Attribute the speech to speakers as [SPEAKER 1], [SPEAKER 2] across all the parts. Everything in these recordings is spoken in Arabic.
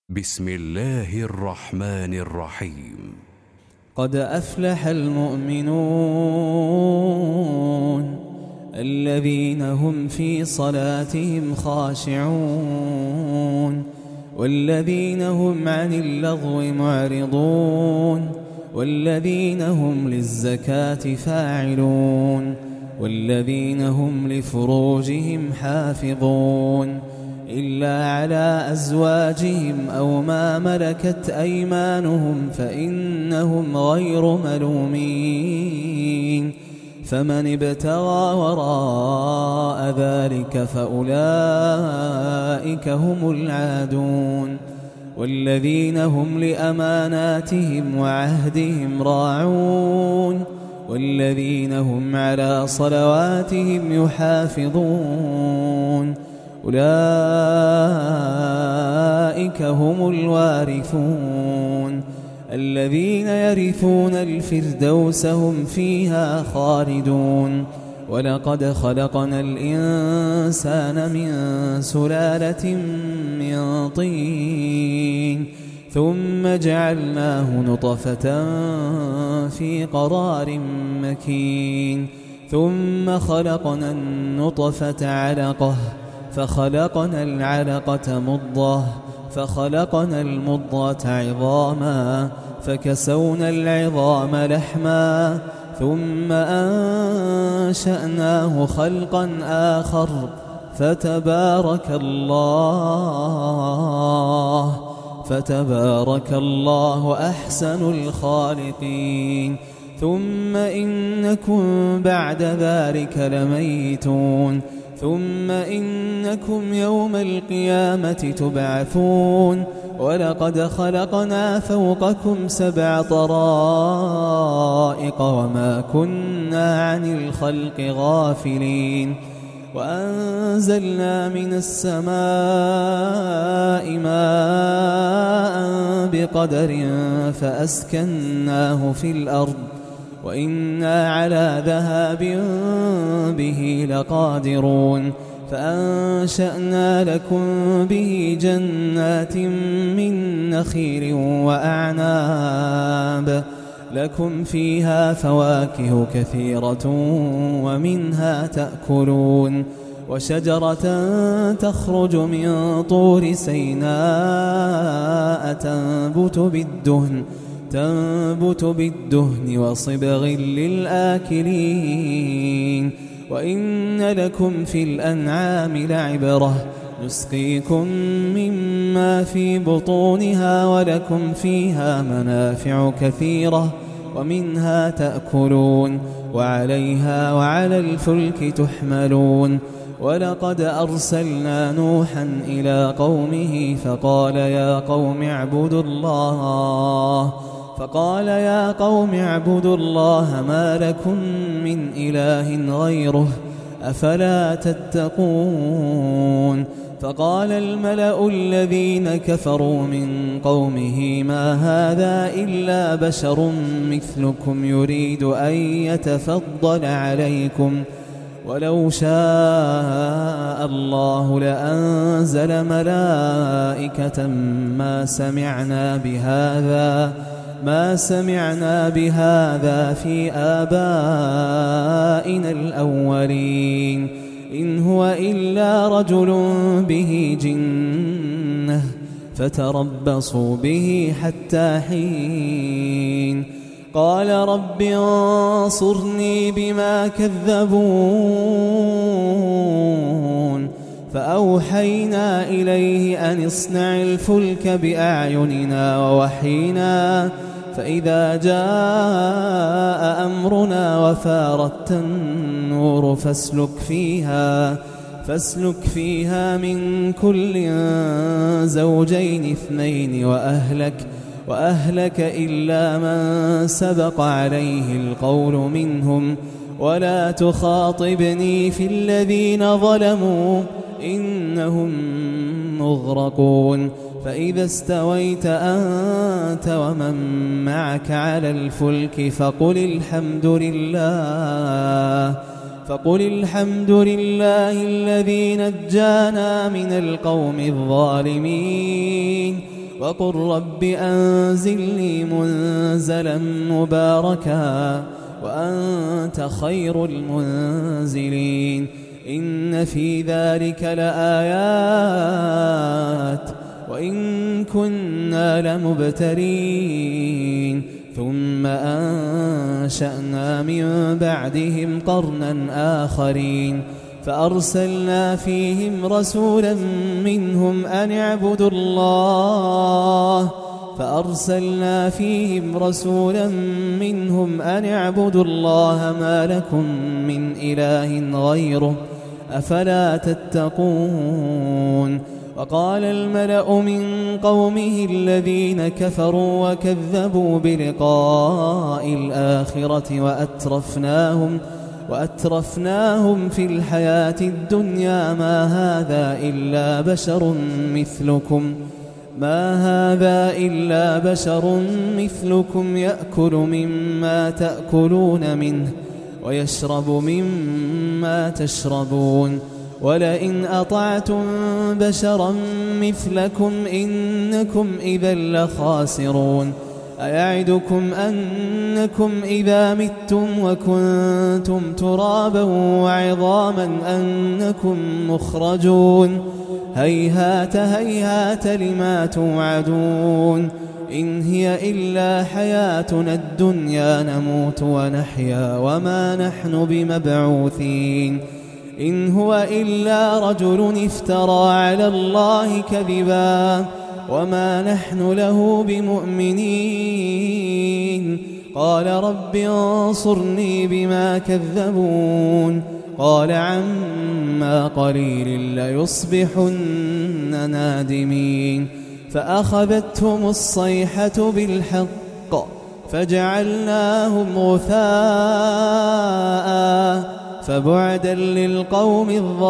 [SPEAKER 1] بسم الله الرحمن الرحيم.
[SPEAKER 2] قد أفلح المؤمنون الذين هم في صلاتهم خاشعون والذين هم عن اللغو معرضون والذين هم للزكاة فاعلون والذين هم لفروجهم حافظون إلا على أزواجهم أو ما ملكت أيمانهم فإنهم غير ملومين فمن ابتغى وراء ذلك فأولئك هم العادون والذين هم لأماناتهم وعهدهم راعون والذين هم على صلواتهم يحافظون أولئك هم الوارثون الذين يرثون الفردوس هم فيها خالدون ولقد خلقنا الإنسان من سلالة من طين ثم جعلناه نطفة في قرار مكين ثم خلقنا النطفة علقة فخلقنا العلقة مضغة فخلقنا المضغة عظاما فكسونا العظام لحما ثم أنشأناه خلقا آخر فتبارك الله أحسن الخالقين ثم إنكم بعد ذلك لميتون ثم إنكم يوم القيامة تبعثون ولقد خلقنا فوقكم 7 طرائق وما كنا عن الخلق غافلين وأنزلنا من السماء ماء بقدر فأسكناه في الأرض وإنا على ذهاب به لقادرون فأنشأنا لكم به جنات من نخيل وأعناب لكم فيها فواكه كثيرة ومنها تأكلون وشجرة تخرج من طور سيناء تنبت بالدهن وصبغ للآكلين وإن لكم في الأنعام لعبرة نسقيكم مما في بطونها ولكم فيها منافع كثيرة ومنها تأكلون وعليها وعلى الفلك تحملون ولقد أرسلنا نوحا إلى قومه فقال يا قوم اعبدوا الله ما لكم من إله غيره أفلا تتقون فقال الملأ الذين كفروا من قومه ما هذا إلا بشر مثلكم يريد أن يتفضل عليكم ولو شاء الله لأنزل ملائكة ما سمعنا بهذا في آبائنا الأولين إن هو إلا رجل به جنة فتربصوا به حتى حين قال رب انصرني بما كذبون فأوحينا إليه أن اصنع الفلك بأعيننا ووحينا فإذا جاء أمرنا وفارت النور فاسلك فيها من كل زوجين 2 وأهلك إلا من سبق عليه القول منهم ولا تخاطبني في الذين ظلموا إنهم مغرقون فإذا استويت أنت ومن معك على الفلك فقل الحمد لله الذي نجانا من القوم الظالمين وقل رب أنزلني منزلا مباركا وأنت خير المنزلين إن في ذلك لآيات وإن كنا لمبتلين ثم أنشأنا من بعدهم قرنا آخرين فأرسلنا فيهم رسولا منهم أن اعبدوا الله ما لكم من إله غيره أفلا تتقون وقال الملأ من قومه الذين كفروا وكذبوا بلقاء الآخرة وأترفناهم في الحياة الدنيا ما هذا إلا بشر مثلكم يأكل مما تأكلون منه ويشرب مما تشربون ولئن أطعتم بشرا مثلكم إنكم إذا لخاسرون أيعدكم أنكم إذا متم وكنتم ترابا وعظاما أنكم مخرجون هيهات هيهات لما توعدون إن هي إلا حياتنا الدنيا نموت ونحيا وما نحن بمبعوثين إن هو إلا رجل افترى على الله كذبا وما نحن له بمؤمنين قال رب انصرني بما كذبون قال عما قليل ليصبحن نادمين فأخذتهم الصيحة بالحق فجعلناهم غثاء فبعدا للقوم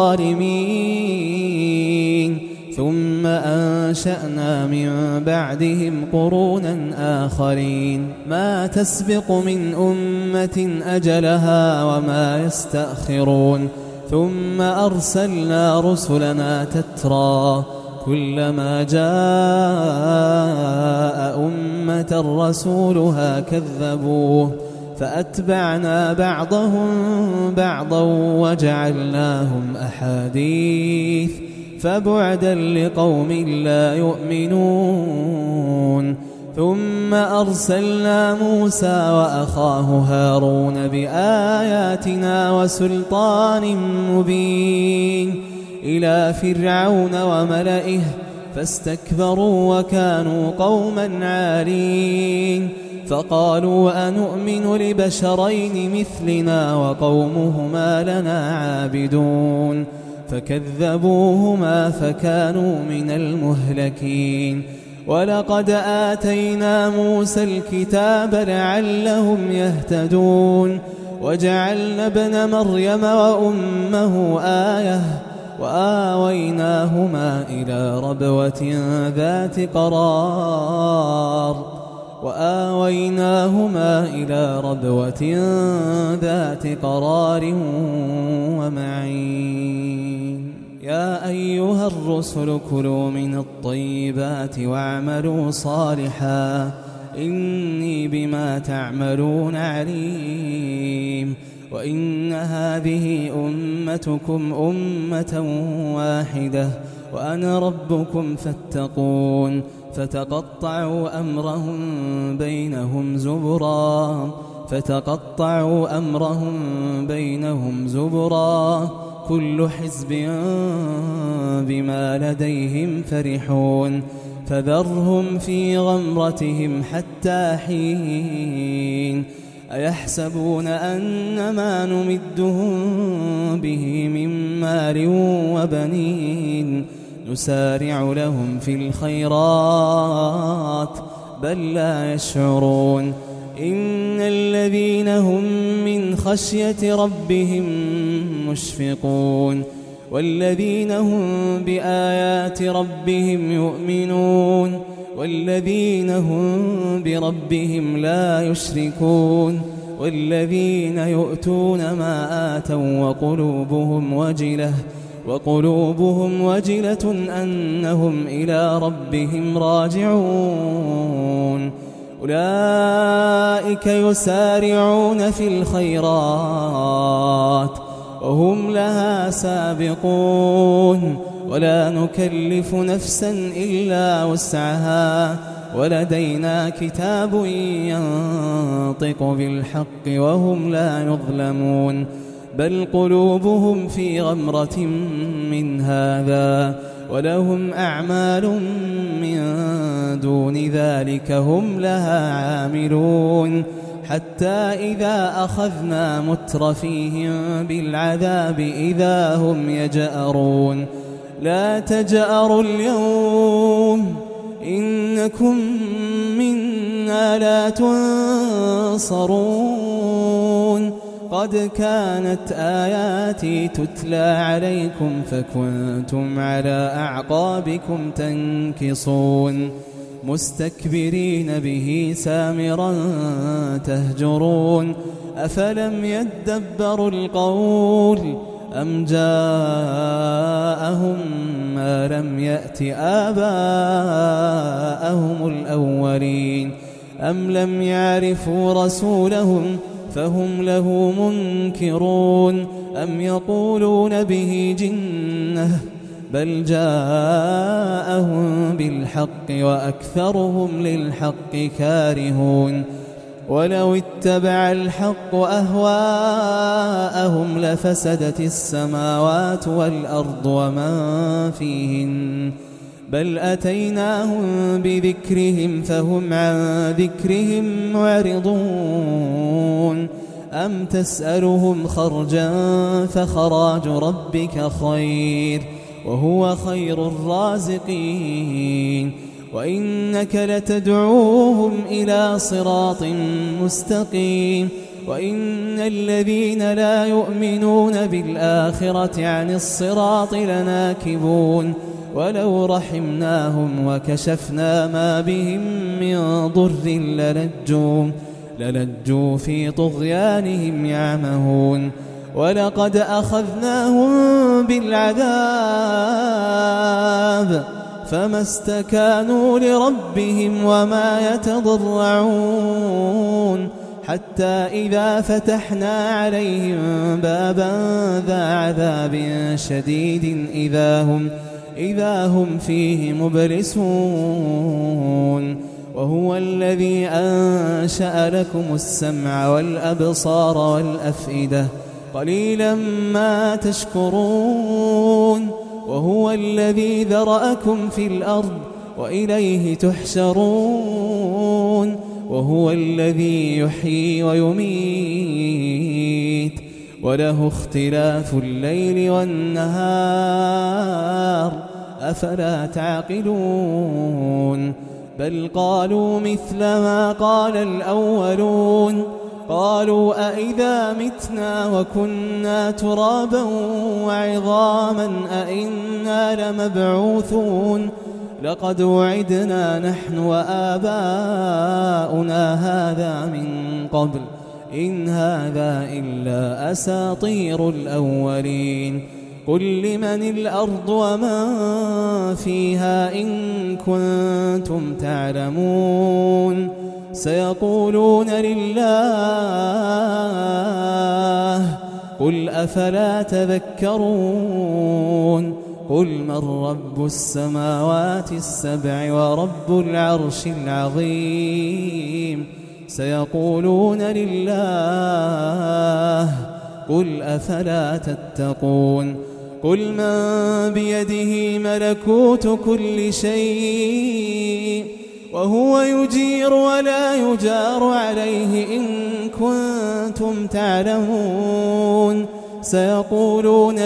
[SPEAKER 2] الظالمين ثم أنشأنا من بعدهم قرونا آخرين ما تسبق من أمة أجلها وما يستأخرون ثم أرسلنا رسلنا تترى كلما جاء أمة رسولها كذبوه فأتبعنا بعضهم بعضا وجعلناهم أحاديث فبعدا لقوم لا يؤمنون ثم أرسلنا موسى وأخاه هارون بآياتنا وسلطان مبين إلى فرعون وملئه فاستكبروا وكانوا قوما عالين فقالوا أنؤمن لبشرين مثلنا وقومهما لنا عابدون فكذبوهما فكانوا من المهلكين ولقد آتينا موسى الكتاب لعلهم يهتدون وجعلنا ابن مريم وأمه آية وآويناهما إلى ربوة ذات قرار ومعين يا أيها الرسل كلوا من الطيبات واعملوا صالحا إني بما تعملون عليم وإن هذه أمتكم أمة واحدة وأنا ربكم فاتقون فتقطعوا أمرهم بينهم زبرا كل حزب بما لديهم فرحون فذرهم في غمرتهم حتى حين أيحسبون أن ما نمدهم به من مال وبنين نسارع لهم في الخيرات بل لا يشعرون إن الذين هم من خشية ربهم مشفقون والذين هم بآيات ربهم يؤمنون والذين هم بربهم لا يشركون والذين يؤتون ما آتوا وقلوبهم وجلة وقلوبهم وجلة أنهم إلى ربهم راجعون أولئك يسارعون في الخيرات وهم لها سابقون ولا نكلف نفسا إلا وسعها ولدينا كتاب ينطق بالحق وهم لا يظلمون بل قلوبهم في غمرة من هذا ولهم أعمال من دون ذلك هم لها عاملون حتى إذا أخذنا مترفيهم بالعذاب إذا هم يجأرون لا تجأروا اليوم إنكم منا لا تنصرون قد كانت آياتي تتلى عليكم فكنتم على أعقابكم تنكصون مستكبرين به سامرا تهجرون أفلم يدبروا القول أم جاءهم ما لم يأت آباءهم الأولين أم لم يعرفوا رسولهم فهم له منكرون أم يقولون به جنة بل جاءهم بالحق وأكثرهم للحق كارهون ولو اتبع الحق أهواءهم لفسدت السماوات والأرض ومن فيهن بل أتيناهم بذكرهم فهم عن ذكرهم معرضون أم تسألهم خرجا فخراج ربك خير وهو خير الرازقين وإنك لتدعوهم إلى صراط مستقيم وإن الذين لا يؤمنون بالآخرة عن الصراط لناكبون ولو رحمناهم وكشفنا ما بهم من ضر للجوا في طغيانهم يعمهون ولقد أخذناهم بالعذاب فما استكانوا لربهم وما يتضرعون حتى إذا فتحنا عليهم بابا ذا عذاب شديد إذا هم فيه مبلسون وهو الذي أنشأ لكم السمع والأبصار والأفئدة قليلا ما تشكرون وهو الذي ذرأكم في الأرض وإليه تحشرون وهو الذي يحيي ويميت وله اختلاف الليل والنهار أفلا تعقلون بل قالوا مثل ما قال الأولون قالوا أئذا متنا وكنا ترابا وعظاما أئنا لمبعوثون لقد وعدنا نحن وآباؤنا هذا من قبل إن هذا إلا أساطير الأولين قل لمن الأرض ومن فيها إن كنتم تعلمون سيقولون لله قل أفلا تذكرون قل من رب السماوات السبع ورب العرش العظيم سيقولون لله قل أفلا تتقون قل من بيده ملكوت كل شيء وهو يجير ولا يجار عليه إن كنتم تعلمون سيقولون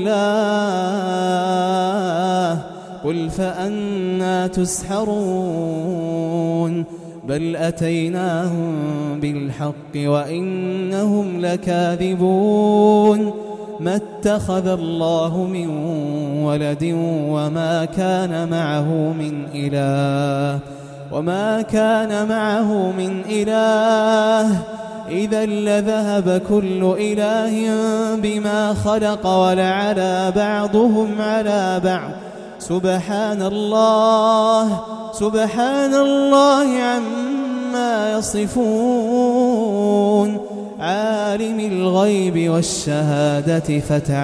[SPEAKER 2] لله قل فأنى تسحرون بل أتيناهم بالحق وإنهم لكاذبون ما اتخذ الله من ولد وما كان معه من إله إذا لذهب كل إله بما خلق ولعلى بعضهم على بعض سبحان الله عما يصفون عالم الغيب والشهادة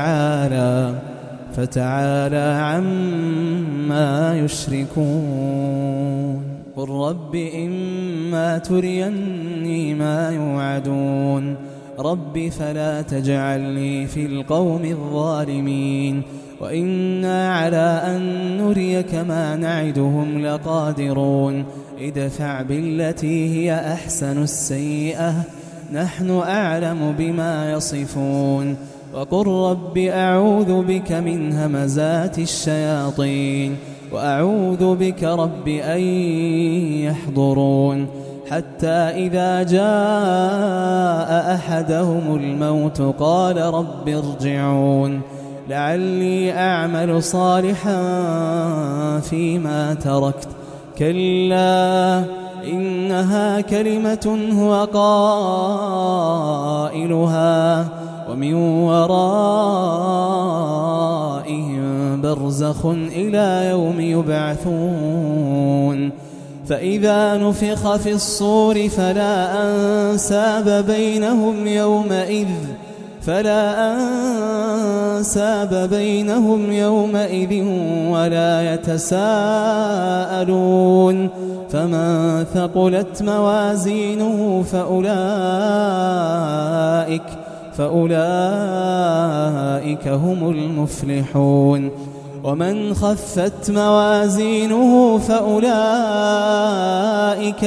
[SPEAKER 2] فتعالى عما يشركون قل رب إما تريني ما يوعدون رب فلا تجعلني في القوم الظالمين وإنا على أن نريك ما نعدهم لقادرون ادفع بالتي هي أحسن السيئة نحن أعلم بما يصفون وقل رب أعوذ بك من همزات الشياطين وأعوذ بك رب أن يحضرون حتى إذا جاء أحدهم الموت قال رب ارجعون لعلي أعمل صالحا فيما تركت كلا إنها كلمة هو قائلها ومن ورائهم برزخ إلى يوم يبعثون فإذا نفخ في الصور فلا أنساب بينهم يومئذ ولا يتساءلون فمن ثقلت موازينه فأولئك هم المفلحون ومن خفت موازينه فأولئك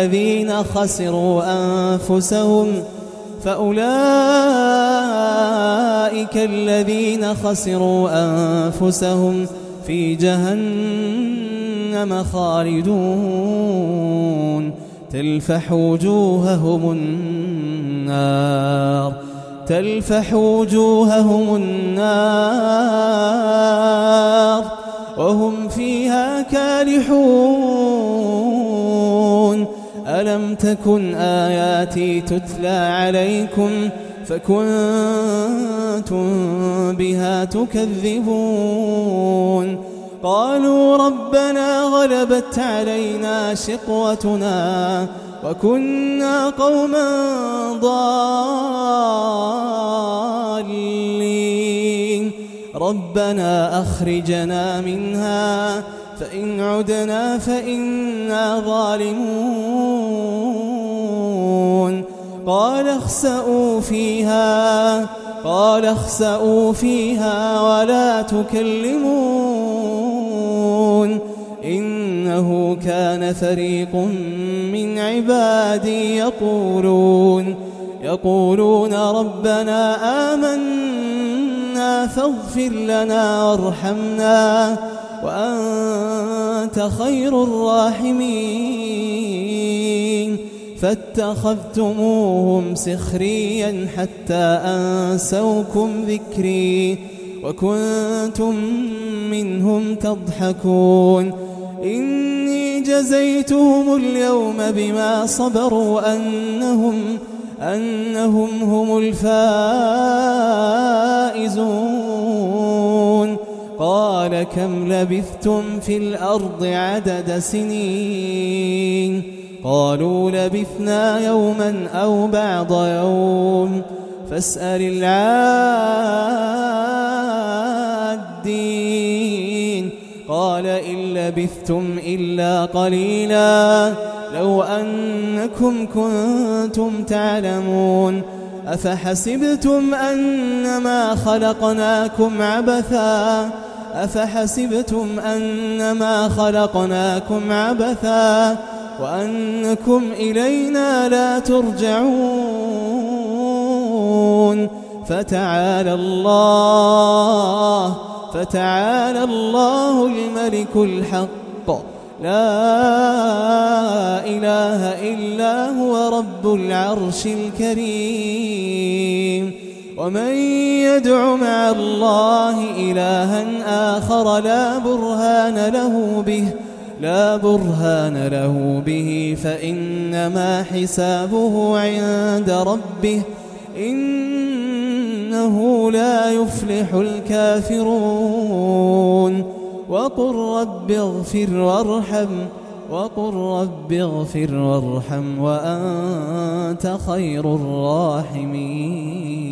[SPEAKER 2] الذين خسروا أنفسهم في جهنم خالدون تلفح وجوههم النار وهم فيها كالحون ألم تكن آياتي تتلى عليكم فكنتم بها تكذبون قالوا ربنا غلبت علينا شقوتنا وكنا قوما ضالين ربنا أخرجنا منها فإن عدنا فإنا ظالمون قال اخسئوا فيها ولا تكلمون إنه كان فريق من عبادي يقولون ربنا آمنا فاغفر لنا وارحمنا وأنت خير الراحمين فاتخذتموهم سخريا حتى أنسوكم ذكري وكنتم منهم تضحكون إني جزيتهم اليوم بما صبروا أنهم هم الفائزون قال كم لبثتم في الأرض عدد سنين قالوا لبثنا يوما أو بعض يوم فاسأل العادين قال إن لبثتم إلا قليلا لو أنكم كنتم تعلمون أفحسبتم أنما خلقناكم عبثا وأنكم إلينا لا ترجعون فتعالى الله الملك الحق لا إله إلا هو رب العرش الكريم ومن يدع مع الله إلها آخر لا برهان له به لا برهان له به فإنما حسابه عند ربه إنه لا يفلح الكافرون وقل رب اغفر وارحم وأنت خير الراحمين